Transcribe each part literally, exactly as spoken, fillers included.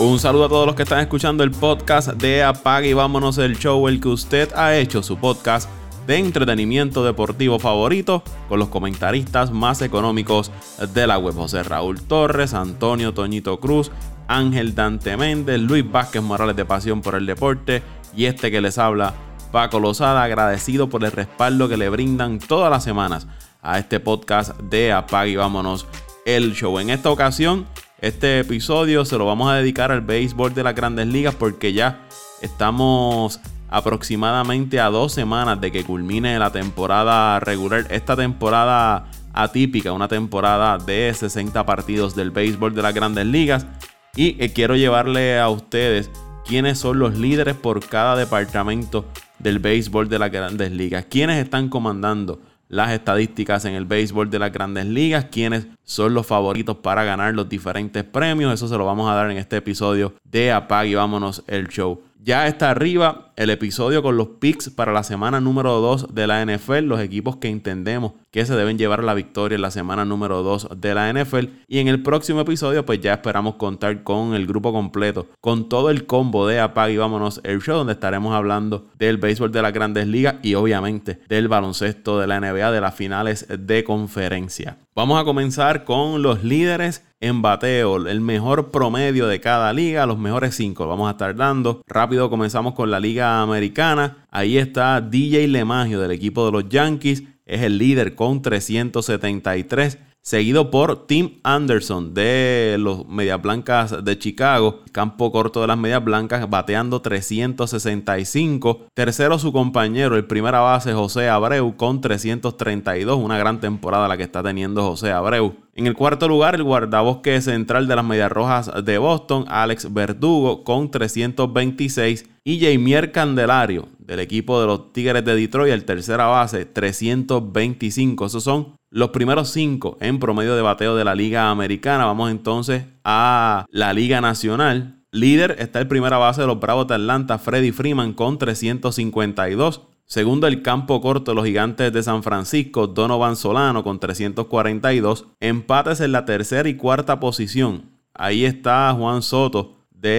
Un saludo a todos los que están escuchando el podcast de Apague y Vámonos el Show, el que usted ha hecho su podcast de entretenimiento deportivo favorito con los comentaristas más económicos de la web. José Raúl Torres, Antonio Toñito Cruz, Ángel Dante Méndez, Luis Vázquez Morales de Pasión por el Deporte y este que les habla, Paco Lozada, agradecido por el respaldo que le brindan todas las semanas a este podcast de Apague y Vámonos el Show. En esta ocasión, este episodio se lo vamos a dedicar al béisbol de las Grandes Ligas porque ya estamos aproximadamente a dos semanas de que culmine la temporada regular. Esta temporada atípica, una temporada de sesenta partidos del béisbol de las Grandes Ligas. Y eh, quiero llevarle a ustedes quiénes son los líderes por cada departamento del béisbol de las Grandes Ligas. Quiénes están comandando las estadísticas en el béisbol de las Grandes Ligas, quiénes son los favoritos para ganar los diferentes premios. Eso se lo vamos a dar en este episodio de Apague y Vámonos el Show. Ya está arriba el episodio con los picks para la semana número dos de la N F L, los equipos que entendemos que se deben llevar la victoria en la semana número dos de la N F L. Y en el próximo episodio pues ya esperamos contar con el grupo completo, con todo el combo de Apague y Vámonos el Show, donde estaremos hablando del béisbol de las Grandes Ligas y obviamente del baloncesto de la N B A, de las finales de conferencia. Vamos a comenzar con los líderes en bateo, el mejor promedio de cada liga, los mejores cinco. Vamos a estar dando. Rápido comenzamos con la Liga Americana. Ahí está D J LeMahieu del equipo de los Yankees. Es el líder con trescientos setenta y tres. Seguido por Tim Anderson de los Medias Blancas de Chicago. Campo corto de las Medias Blancas, bateando trescientos sesenta y cinco. Tercero su compañero, el primera base José Abreu con trescientos treinta y dos. Una gran temporada la que está teniendo José Abreu. En el cuarto lugar, el guardabosque central de las Medias Rojas de Boston, Alex Verdugo con trescientos veintiséis. Y Jaimier Candelario del equipo de los Tigres de Detroit, el tercera base, trescientos veinticinco. Esos son los primeros cinco en promedio de bateo de la Liga Americana. Vamos entonces a la Liga Nacional. Líder está el primera base de los Bravos de Atlanta, Freddie Freeman con trescientos cincuenta y dos. Segundo, el campo corto de los Gigantes de San Francisco, Donovan Solano con trescientos cuarenta y dos. Empates en la tercera y cuarta posición. Ahí está Juan Soto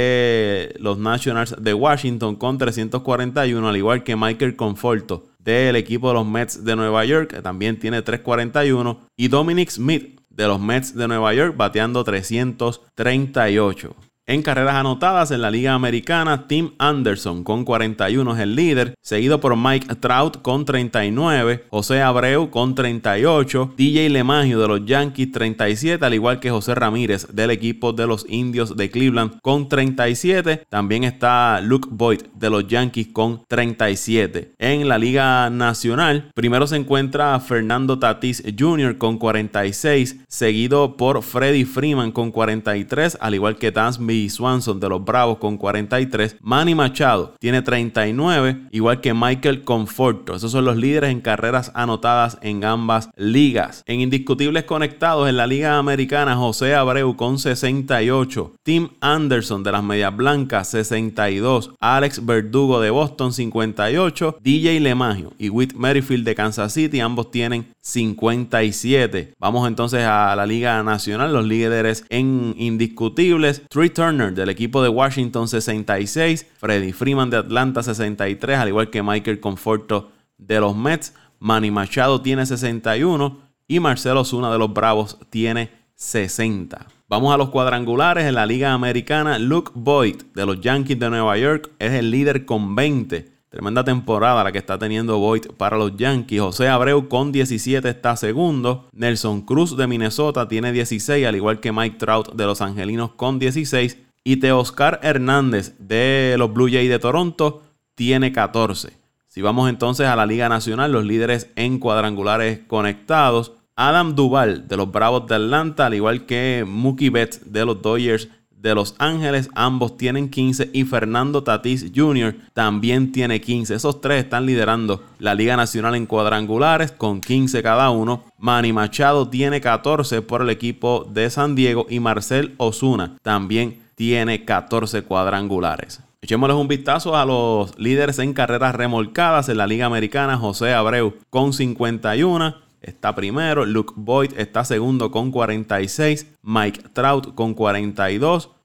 de los Nationals de Washington con trescientos cuarenta y uno, al igual que Michael Conforto del equipo de los Mets de Nueva York, que también tiene trescientos cuarenta y uno. Y Dominic Smith de los Mets de Nueva York bateando trescientos treinta y ocho. En carreras anotadas en la Liga Americana, Tim Anderson con cuarenta y uno es el líder, seguido por Mike Trout con treinta y nueve, José Abreu con treinta y ocho, D J LeMahieu de los Yankees treinta y siete, al igual que José Ramírez del equipo de los Indios de Cleveland con treinta y siete. También está Luke Voit de los Yankees con treinta y siete. En la Liga Nacional, primero se encuentra Fernando Tatis junior con cuarenta y seis, seguido por Freddie Freeman con cuarenta y tres, al igual que Dansby Swanson de los Bravos con cuarenta y tres. Manny Machado tiene treinta y nueve, igual que Michael Conforto. Esos son los líderes en carreras anotadas en ambas ligas. En indiscutibles conectados en la Liga Americana, José Abreu con sesenta y ocho, Tim Anderson de las Medias Blancas sesenta y dos, Alex Verdugo de Boston cincuenta y ocho, D J LeMahieu y Whit Merrifield de Kansas City ambos tienen cincuenta y siete. Vamos entonces a la Liga Nacional, los líderes en indiscutibles: Trey Turner del equipo de Washington sesenta y seis, Freddie Freeman de Atlanta sesenta y tres, al igual que Michael Conforto de los Mets. Manny Machado tiene sesenta y uno y Marcell Ozuna de los Bravos tiene sesenta. Vamos a los cuadrangulares en la Liga Americana. Luke Voit de los Yankees de Nueva York es el líder con veinte. Tremenda temporada la que está teniendo Voit para los Yankees. José Abreu con diecisiete está segundo. Nelson Cruz de Minnesota tiene dieciséis, al igual que Mike Trout de los Angelinos con dieciséis. Y Teoscar Hernández de los Blue Jays de Toronto tiene catorce. Si vamos entonces a la Liga Nacional, los líderes en cuadrangulares conectados: Adam Duvall de los Bravos de Atlanta, al igual que Mookie Betts de los Dodgers de Los Ángeles, ambos tienen quince, y Fernando Tatis junior también tiene quince. Esos tres están liderando la Liga Nacional en cuadrangulares con quince cada uno. Manny Machado tiene catorce por el equipo de San Diego y Marcell Ozuna también tiene catorce cuadrangulares. Echémosles un vistazo a los líderes en carreras remolcadas en la Liga Americana. José Abreu con cincuenta y uno está primero. Luke Voit está segundo con cuarenta y seis. Mike Trout con cuarenta y dos.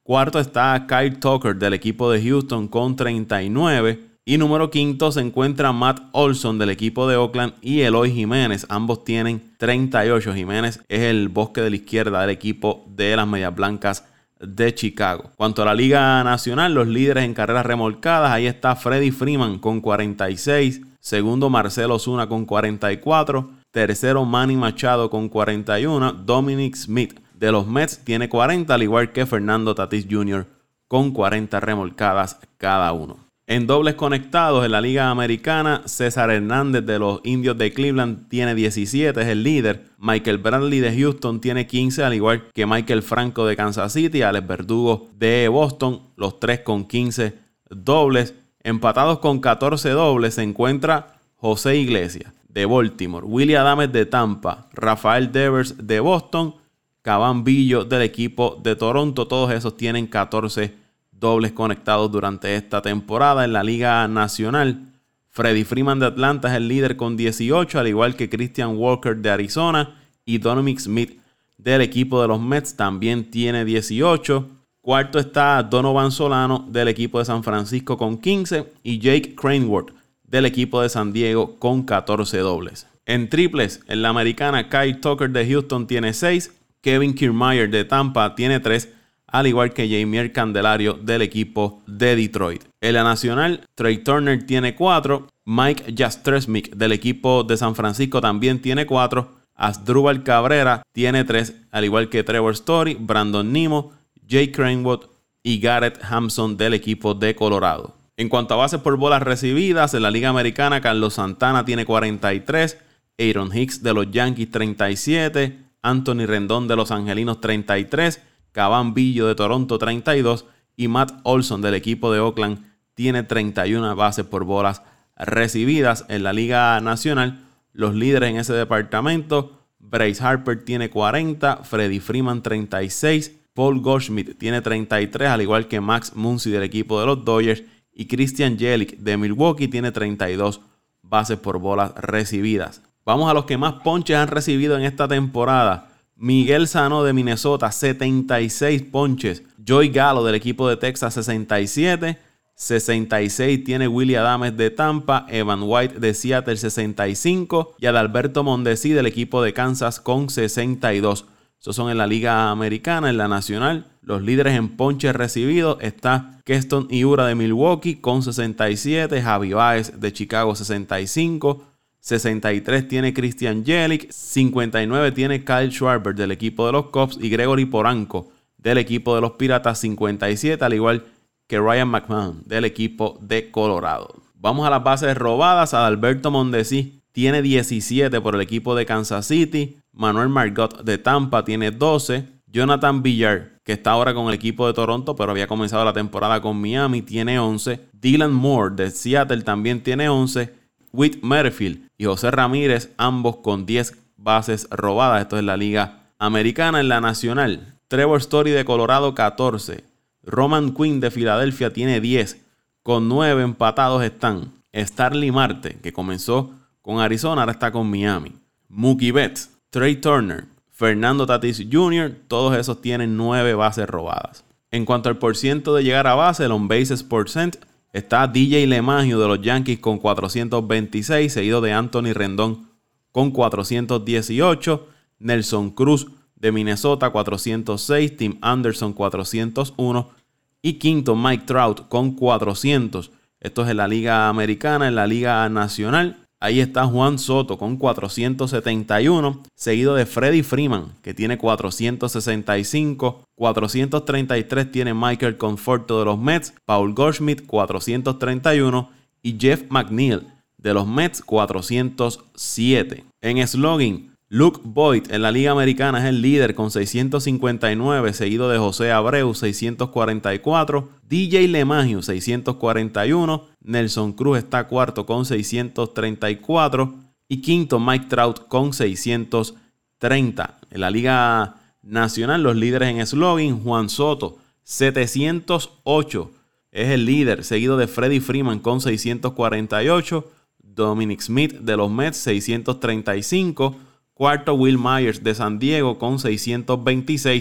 Cuarto está Kyle Tucker del equipo de Houston con treinta y nueve. Y número quinto se encuentra Matt Olson del equipo de Oakland y Eloy Jiménez. Ambos tienen treinta y ocho. Jiménez es el bosque de la izquierda del equipo de las Medias Blancas de Chicago. Cuanto a la Liga Nacional, los líderes en carreras remolcadas, ahí está Freddie Freeman con cuarenta y seis. Segundo, Marcell Ozuna con cuarenta y cuatro. Tercero, Manny Machado con cuarenta y uno. Dominic Smith de los Mets tiene cuarenta, al igual que Fernando Tatis junior con cuarenta remolcadas cada uno. En dobles conectados en la Liga Americana, César Hernández de los Indios de Cleveland tiene diecisiete, es el líder. Michael Bradley de Houston tiene quince, al igual que Michael Franco de Kansas City, Alex Verdugo de Boston, los tres con quince dobles. Empatados con catorce dobles se encuentra José Iglesias de Baltimore, Willy Adames de Tampa, Rafael Devers de Boston, Cavan Billo del equipo de Toronto. Todos esos tienen catorce dobles conectados durante esta temporada. En la Liga Nacional, Freddie Freeman de Atlanta es el líder con dieciocho, al igual que Christian Walker de Arizona, y Dominic Smith del equipo de los Mets también tiene dieciocho. Cuarto está Donovan Solano del equipo de San Francisco con quince y Jake Cronenworth del equipo de San Diego con catorce dobles. En triples, en la americana, Kyle Tucker de Houston tiene seis, Kevin Kiermaier de Tampa tiene tres, al igual que Jamier Candelario del equipo de Detroit. En la nacional, Trey Turner tiene cuatro, Mike Yastrzemski del equipo de San Francisco también tiene cuatro, Asdrúbal Cabrera tiene tres, al igual que Trevor Story, Brandon Nimmo, Jake Cronenworth y Garrett Hampson del equipo de Colorado. En cuanto a bases por bolas recibidas, en la Liga Americana, Carlos Santana tiene cuarenta y tres, Aaron Hicks de los Yankees treinta y siete, Anthony Rendón de los Angelinos treinta y tres, Cavan Billo de Toronto treinta y dos y Matt Olson del equipo de Oakland tiene treinta y una bases por bolas recibidas. En la Liga Nacional, los líderes en ese departamento, Bryce Harper tiene cuarenta, Freddie Freeman treinta y seis, Paul Goldschmidt tiene treinta y tres, al igual que Max Muncy del equipo de los Dodgers, y Christian Yelich de Milwaukee tiene treinta y dos bases por bolas recibidas. Vamos a los que más ponches han recibido en esta temporada. Miguel Sano de Minnesota, setenta y seis ponches. Joey Gallo del equipo de Texas, sesenta y siete. sesenta y seis tiene Willy Adames de Tampa, Evan White de Seattle, sesenta y cinco. Y Adalberto Mondesi del equipo de Kansas con sesenta y dos. Esos son en la Liga Americana. En la Nacional, los líderes en ponches recibidos está Keston Hiura de Milwaukee con sesenta y siete. Javi Baez de Chicago, sesenta y cinco. sesenta y tres tiene Christian Yelich, cincuenta y nueve tiene Kyle Schwarber del equipo de los Cubs y Gregory Polanco del equipo de los Piratas, cincuenta y siete, al igual que Ryan McMahon del equipo de Colorado. Vamos a las bases robadas. Adalberto Mondesi tiene diecisiete por el equipo de Kansas City, Manuel Margot de Tampa tiene doce, Jonathan Villar, que está ahora con el equipo de Toronto pero había comenzado la temporada con Miami, tiene once, Dylan Moore de Seattle también tiene once, Whit Merrifield y José Ramírez, ambos con diez bases robadas. Esto es la Liga Americana. En la Nacional, Trevor Story de Colorado, catorce. Roman Quinn de Filadelfia tiene diez. Con nueve empatados están Starling Marte, que comenzó con Arizona, ahora está con Miami. Mookie Betts, Trey Turner, Fernando Tatis junior, todos esos tienen nueve bases robadas. En cuanto al porciento de llegar a base, el on bases percent, está D J LeMahieu de los Yankees con cuatrocientos veintiséis, seguido de Anthony Rendón con cuatrocientos dieciocho, Nelson Cruz de Minnesota cuatrocientos seis, Tim Anderson cuatrocientos uno y quinto Mike Trout con cuatrocientos. Esto es en la Liga Americana. En la Liga Nacional, ahí está Juan Soto con cuatrocientos setenta y uno, seguido de Freddie Freeman, que tiene cuatrocientos sesenta y cinco. cuatrocientos treinta y tres tiene Michael Conforto de los Mets, Paul Goldschmidt cuatrocientos treinta y uno y Jeff McNeil de los Mets cuatrocientos siete. En slugging, Luke Voit en la Liga Americana es el líder con seiscientos cincuenta y nueve, seguido de José Abreu seiscientos cuarenta y cuatro, D J LeMahieu seiscientos cuarenta y uno, Nelson Cruz está cuarto con seiscientos treinta y cuatro y quinto Mike Trout con seiscientos treinta. En la Liga Nacional, los líderes en slugging, Juan Soto setecientos ocho es el líder, seguido de Freddie Freeman con seiscientos cuarenta y ocho, Dominic Smith de los Mets seiscientos treinta y cinco, cuarto Will Myers de San Diego con seiscientos veintiséis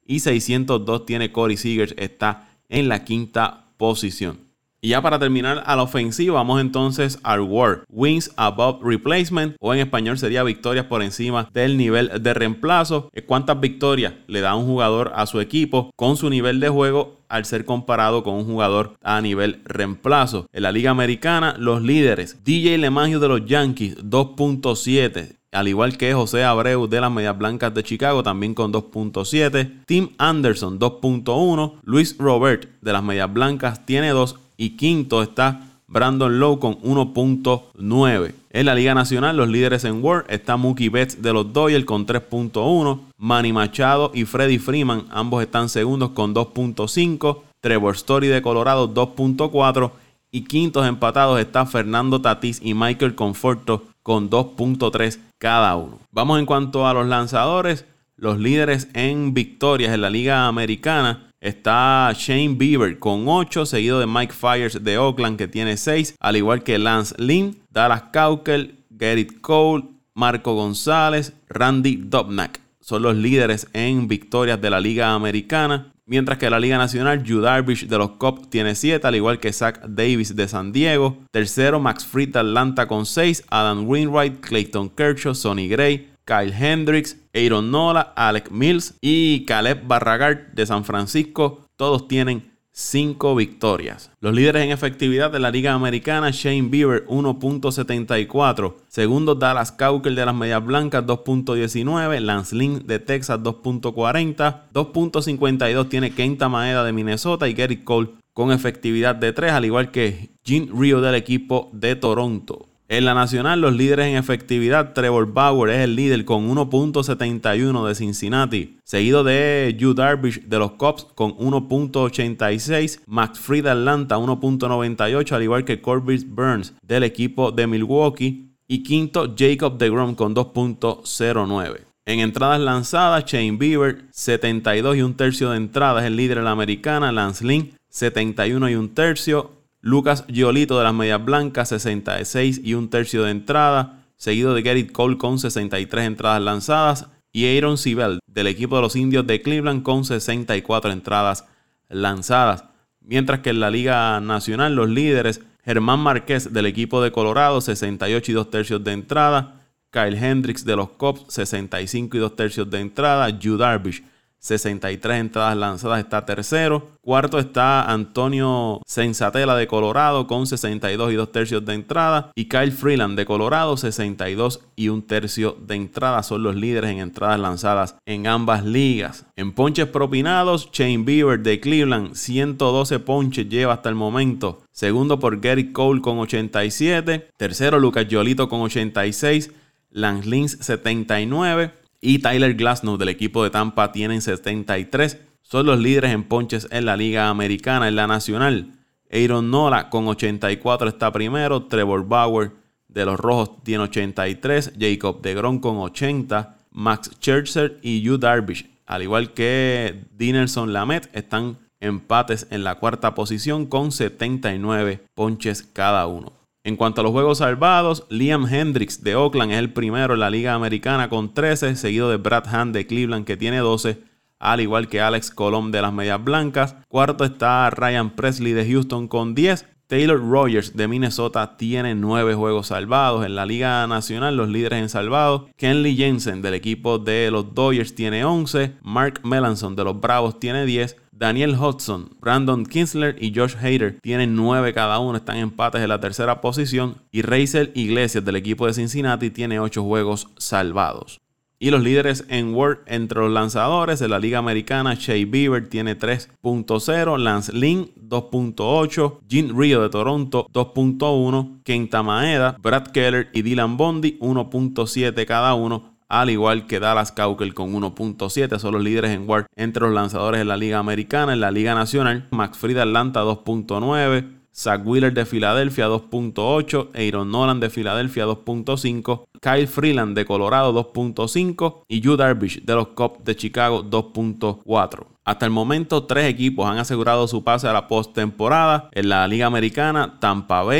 y seiscientos dos tiene Corey Seager, está en la quinta posición. Y ya para terminar a la ofensiva, vamos entonces al W A R. Wins above replacement, o en español sería victorias por encima del nivel de reemplazo. ¿Cuántas victorias le da un jugador a su equipo con su nivel de juego al ser comparado con un jugador a nivel reemplazo? En la Liga Americana, los líderes: D J LeMahieu de los Yankees, dos punto siete. Al igual que José Abreu de las Medias Blancas de Chicago, también con dos punto siete. Tim Anderson, dos punto uno. Luis Robert de las Medias Blancas tiene dos. Y quinto está Brandon Lowe con uno punto nueve. En la Liga Nacional, los líderes en W A R está Mookie Betts de los Dodgers con tres punto uno. Manny Machado y Freddie Freeman, ambos están segundos con dos punto cinco. Trevor Story de Colorado, dos punto cuatro. Y quintos empatados está Fernando Tatis y Michael Conforto con dos punto tres cada uno. Vamos en cuanto a los lanzadores. Los líderes en victorias en la Liga Americana está Shane Bieber con ocho, seguido de Mike Fiers de Oakland, que tiene seis, al igual que Lance Lynn, Dallas Keuchel, Gerrit Cole, Marco González, Randy Dobnak. Son los líderes en victorias de la Liga Americana. Mientras que la Liga Nacional, Yu Darvish de los Cubs tiene siete, al igual que Zach Davis de San Diego. Tercero, Max Fried de Atlanta con seis, Adam Wainwright, Clayton Kershaw, Sonny Gray, Kyle Hendricks, Aaron Nola, Alec Mills y Caleb Barragán de San Francisco. Todos tienen cinco victorias. Los líderes en efectividad de la Liga Americana: Shane Bieber, uno punto setenta y cuatro. Segundo, Dallas Keuchel de las Medias Blancas, dos punto diecinueve. Lance Lynn de Texas, dos punto cuarenta. dos punto cincuenta y dos tiene Kenta Maeda de Minnesota y Gerrit Cole con efectividad de tres, al igual que Jin Ryu del equipo de Toronto. En la Nacional, los líderes en efectividad: Trevor Bauer es el líder con uno punto setenta y uno de Cincinnati, seguido de Yu Darvish de los Cubs con uno punto ochenta y seis, Max Fried de Atlanta uno punto noventa y ocho, al igual que Corbin Burns del equipo de Milwaukee, y quinto Jacob deGrom con dos punto cero nueve. En entradas lanzadas, Shane Bieber, setenta y dos y un tercio de entradas, es el líder en la Americana. Lance Lynn, setenta y uno y un tercio. Lucas Giolito de las Medias Blancas, sesenta y seis y un tercio de entrada, seguido de Gerrit Cole con sesenta y tres entradas lanzadas, y Aaron Civil del equipo de los Indios de Cleveland con sesenta y cuatro entradas lanzadas. Mientras que en la Liga Nacional, los líderes: Germán Márquez del equipo de Colorado, sesenta y ocho y dos tercios de entrada, Kyle Hendricks de los Cubs, sesenta y cinco y dos tercios de entrada, Yu Darvish, sesenta y tres entradas lanzadas, está tercero. Cuarto está Antonio Senzatela de Colorado con sesenta y dos y dos tercios de entrada. Y Kyle Freeland de Colorado, sesenta y dos y un tercio de entrada. Son los líderes en entradas lanzadas en ambas ligas. En ponches propinados, Shane Bieber de Cleveland, ciento doce ponches lleva hasta el momento. Segundo por Gerrit Cole con ochenta y siete. Tercero, Lucas Giolito con ochenta y seis. Lance Lynn, setenta y nueve. Y Tyler Glasnow del equipo de Tampa tienen setenta y tres. Son los líderes en ponches en la Liga Americana. En la Nacional, Aaron Nola con ochenta y cuatro está primero. Trevor Bauer de los Rojos tiene ochenta y tres. Jacob deGrom con ochenta. Max Scherzer y Yu Darvish, al igual que Dinelson Lamet, están empates en la cuarta posición con setenta y nueve ponches cada uno. En cuanto a los juegos salvados, Liam Hendricks de Oakland es el primero en la Liga Americana con trece, seguido de Brad Hand de Cleveland, que tiene doce, al igual que Alex Colón de las Medias Blancas. Cuarto está Ryan Presley de Houston con diez. Taylor Rogers de Minnesota tiene nueve juegos salvados. En la Liga Nacional, los líderes en salvados: Kenley Jensen del equipo de los Dodgers tiene once. Mark Melancon de los Bravos tiene diez. Daniel Hudson, Brandon Kinsler y Josh Hader tienen nueve cada uno, están empates en la tercera posición. Y Raisel Iglesias del equipo de Cincinnati tiene ocho juegos salvados. Y los líderes en W A R entre los lanzadores de la Liga Americana: Shea Bieber tiene tres punto cero, Lance Lynn dos punto ocho, Jin Ryu de Toronto dos punto uno, Kenta Maeda, Brad Keller y Dylan Bundy uno punto siete cada uno, al igual que Dallas Keuchel con uno punto siete. Son los líderes en W A R entre los lanzadores de la Liga Americana. En la Liga Nacional, Max Fried de Atlanta dos punto nueve, Zach Wheeler de Filadelfia dos punto ocho, Aaron Nola de Filadelfia dos punto cinco, Kyle Freeland de Colorado dos punto cinco y Yu Darvish de los Cubs de Chicago dos punto cuatro. Hasta el momento, tres equipos han asegurado su pase a la postemporada. En la Liga Americana, Tampa Bay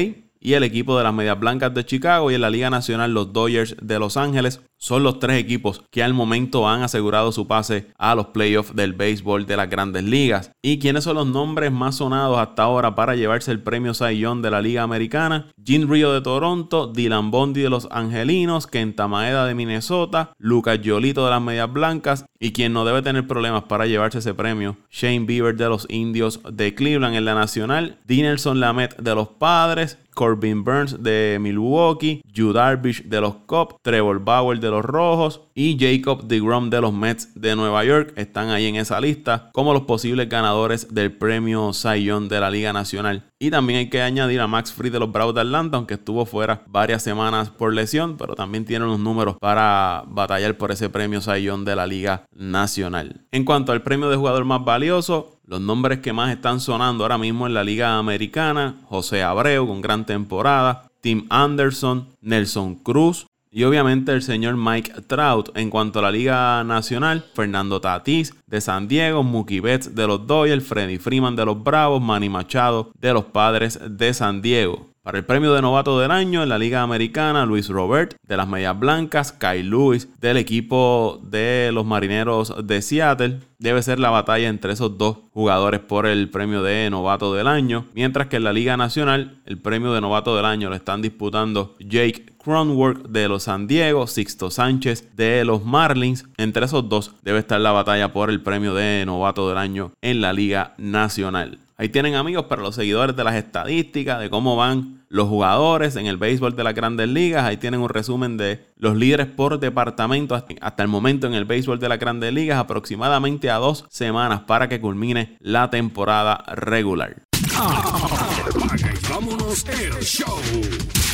y el equipo de las Medias Blancas de Chicago, y en la Liga Nacional los Dodgers de Los Ángeles. Son los tres equipos que al momento han asegurado su pase a los playoffs del béisbol de las Grandes Ligas. ¿Y quiénes son los nombres más sonados hasta ahora para llevarse el premio Cy Young de la Liga Americana? Jim Río de Toronto, Dylan Bundy de los Angelinos, Kenta Maeda de Minnesota, Lucas Giolito de las Medias Blancas, y quien no debe tener problemas para llevarse ese premio, Shane Bieber de los Indios de Cleveland en la Nacional, Dinelson Lamet de los Padres, Corbin Burns de Milwaukee, Yu Darvish de los Cubs, Trevor Bauer de los Rojos y Jacob deGrom de los Mets de Nueva York están ahí en esa lista como los posibles ganadores del premio Cy Young de la Liga Nacional. Y también hay que añadir a Max Fried de los Bravos de Atlanta, aunque estuvo fuera varias semanas por lesión, pero también tiene unos números para batallar por ese premio Cy Young de la Liga Nacional. En cuanto al premio de jugador más valioso, los nombres que más están sonando ahora mismo en la Liga Americana: José Abreu con gran temporada, Tim Anderson, Nelson Cruz y obviamente el señor Mike Trout. En cuanto a la Liga Nacional, Fernando Tatís de San Diego, Mookie Betts de los Dodgers, Freddie Freeman de los Bravos, Manny Machado de los Padres de San Diego. Para el premio de novato del año en la Liga Americana, Luis Robert de las Medias Blancas, Kyle Lewis del equipo de los Marineros de Seattle. Debe ser la batalla entre esos dos jugadores por el premio de novato del año. Mientras que en la Liga Nacional, el premio de novato del año lo están disputando Jake Cronenworth de los San Diego, Sixto Sánchez de los Marlins. Entre esos dos debe estar la batalla por el premio de novato del año en la Liga Nacional. Ahí tienen, amigos, para los seguidores de las estadísticas, de cómo van los jugadores en el béisbol de las Grandes Ligas. Ahí tienen un resumen de los líderes por departamento hasta el momento en el béisbol de las Grandes Ligas, aproximadamente a dos semanas para que culmine la temporada regular. Apaga y vámonos el show.